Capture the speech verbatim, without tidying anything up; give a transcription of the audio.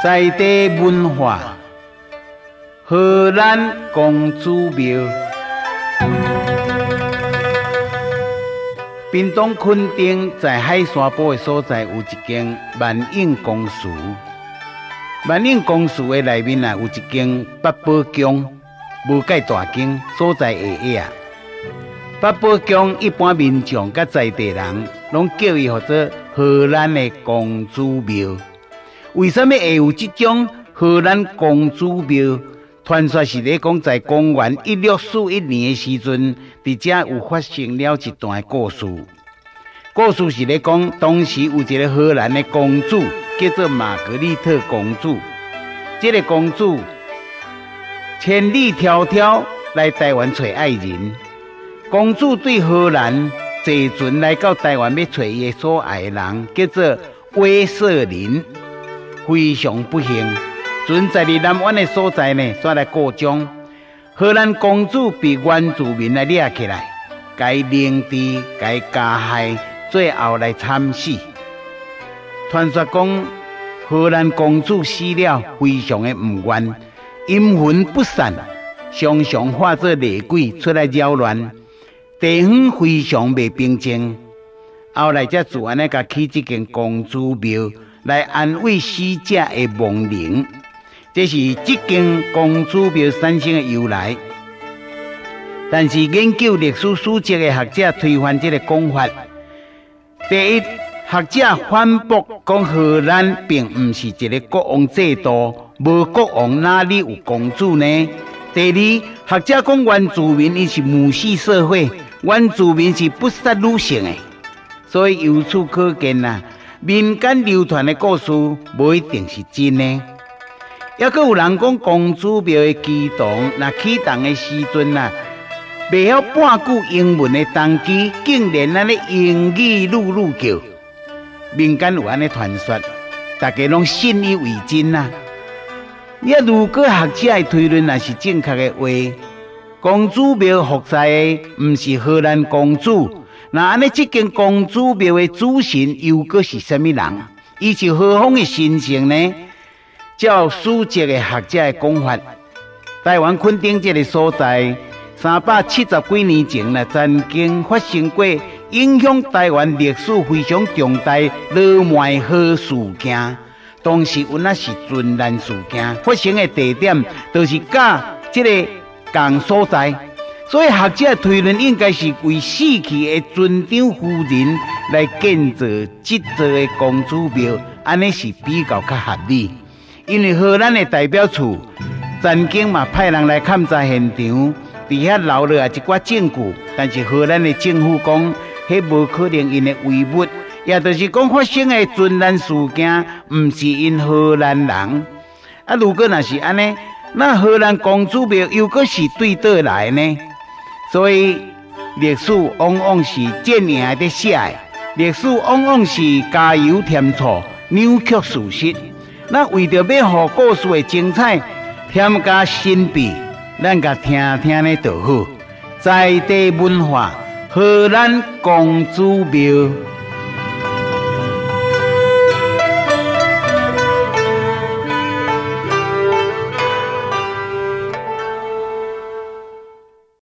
在地文化，荷兰公主庙。屏东垦丁在海山堡的所在，有一间万应公祠。万应公祠的内面啊，有一间八宝宫，无介大间，所在下野。八宝宫一般民众甲在地人，拢叫伊叫做荷兰的公主庙。为什么会有这种荷兰公主庙？传说是咧讲，在公元一六四一年的时阵，伫遮有发生了一段故事。故事是咧讲，当时有一个荷兰的公主，叫做玛格丽特公主。这个公主千里迢迢来台湾找爱人。公主对荷兰坐船来到台湾，要找伊所爱的人，叫做威瑟林。非常不幸，船在离南湾的所在呢，煞来过江。荷兰公主被原住民来掠起来，该凌迟，该加害，最后来惨死。传说讲，荷兰公主死了，非常的唔愿，阴魂不散，常常化作厉鬼出来扰乱，地方非常未平静。后来才自然的甲起这间公主庙。来安慰死者的亡灵，这是这间公主庙产生的由来。但是研究历史史迹的学者推翻这个讲法。第一，学者反驳讲荷兰并不是一个国王制度，无国王哪里有公主呢？第二，学者讲原住民伊是母系社会，原住民是不杀女性的，所以由此可见啊。民间流传的故事不一定是真的，也阁有人讲公主庙的机动，那启动的时阵啊，袂晓半句英文的动机，竟然安尼英语噜噜叫。民间有安尼传说，大家拢信以为真啊。也如果学者的推论也是正确的话，公主庙服在的不是荷兰公主。那安尼，这间公主庙的主神又阁是什么人？伊是何方的神圣呢？照史籍的学者的讲法，台湾垦丁这个所在，三百七十几年前呢，曾经发生过影响台湾历史非常重大罗麦河事件。当时有那是殉难事件，发生的地点就是甲这个共所在。所以学者推论应该是为死去的船长夫人来建造这座的公主庙，安尼是比较较合理。因为荷兰的代表处曾经嘛派人来勘察现场，伫遐留落来一寡证据，但是荷兰的政府讲，迄无可能因的遗物，也就是讲发生的殉难事件，唔是因荷兰人。啊，如果若是安尼，那荷兰公主庙又阁是对倒来呢？所以历史往往是正面的写的，历史往往是加油添醋、扭曲事实。那为着要让故事的精彩添加神秘，咱甲听听的就好。在地文化，荷兰公主庙。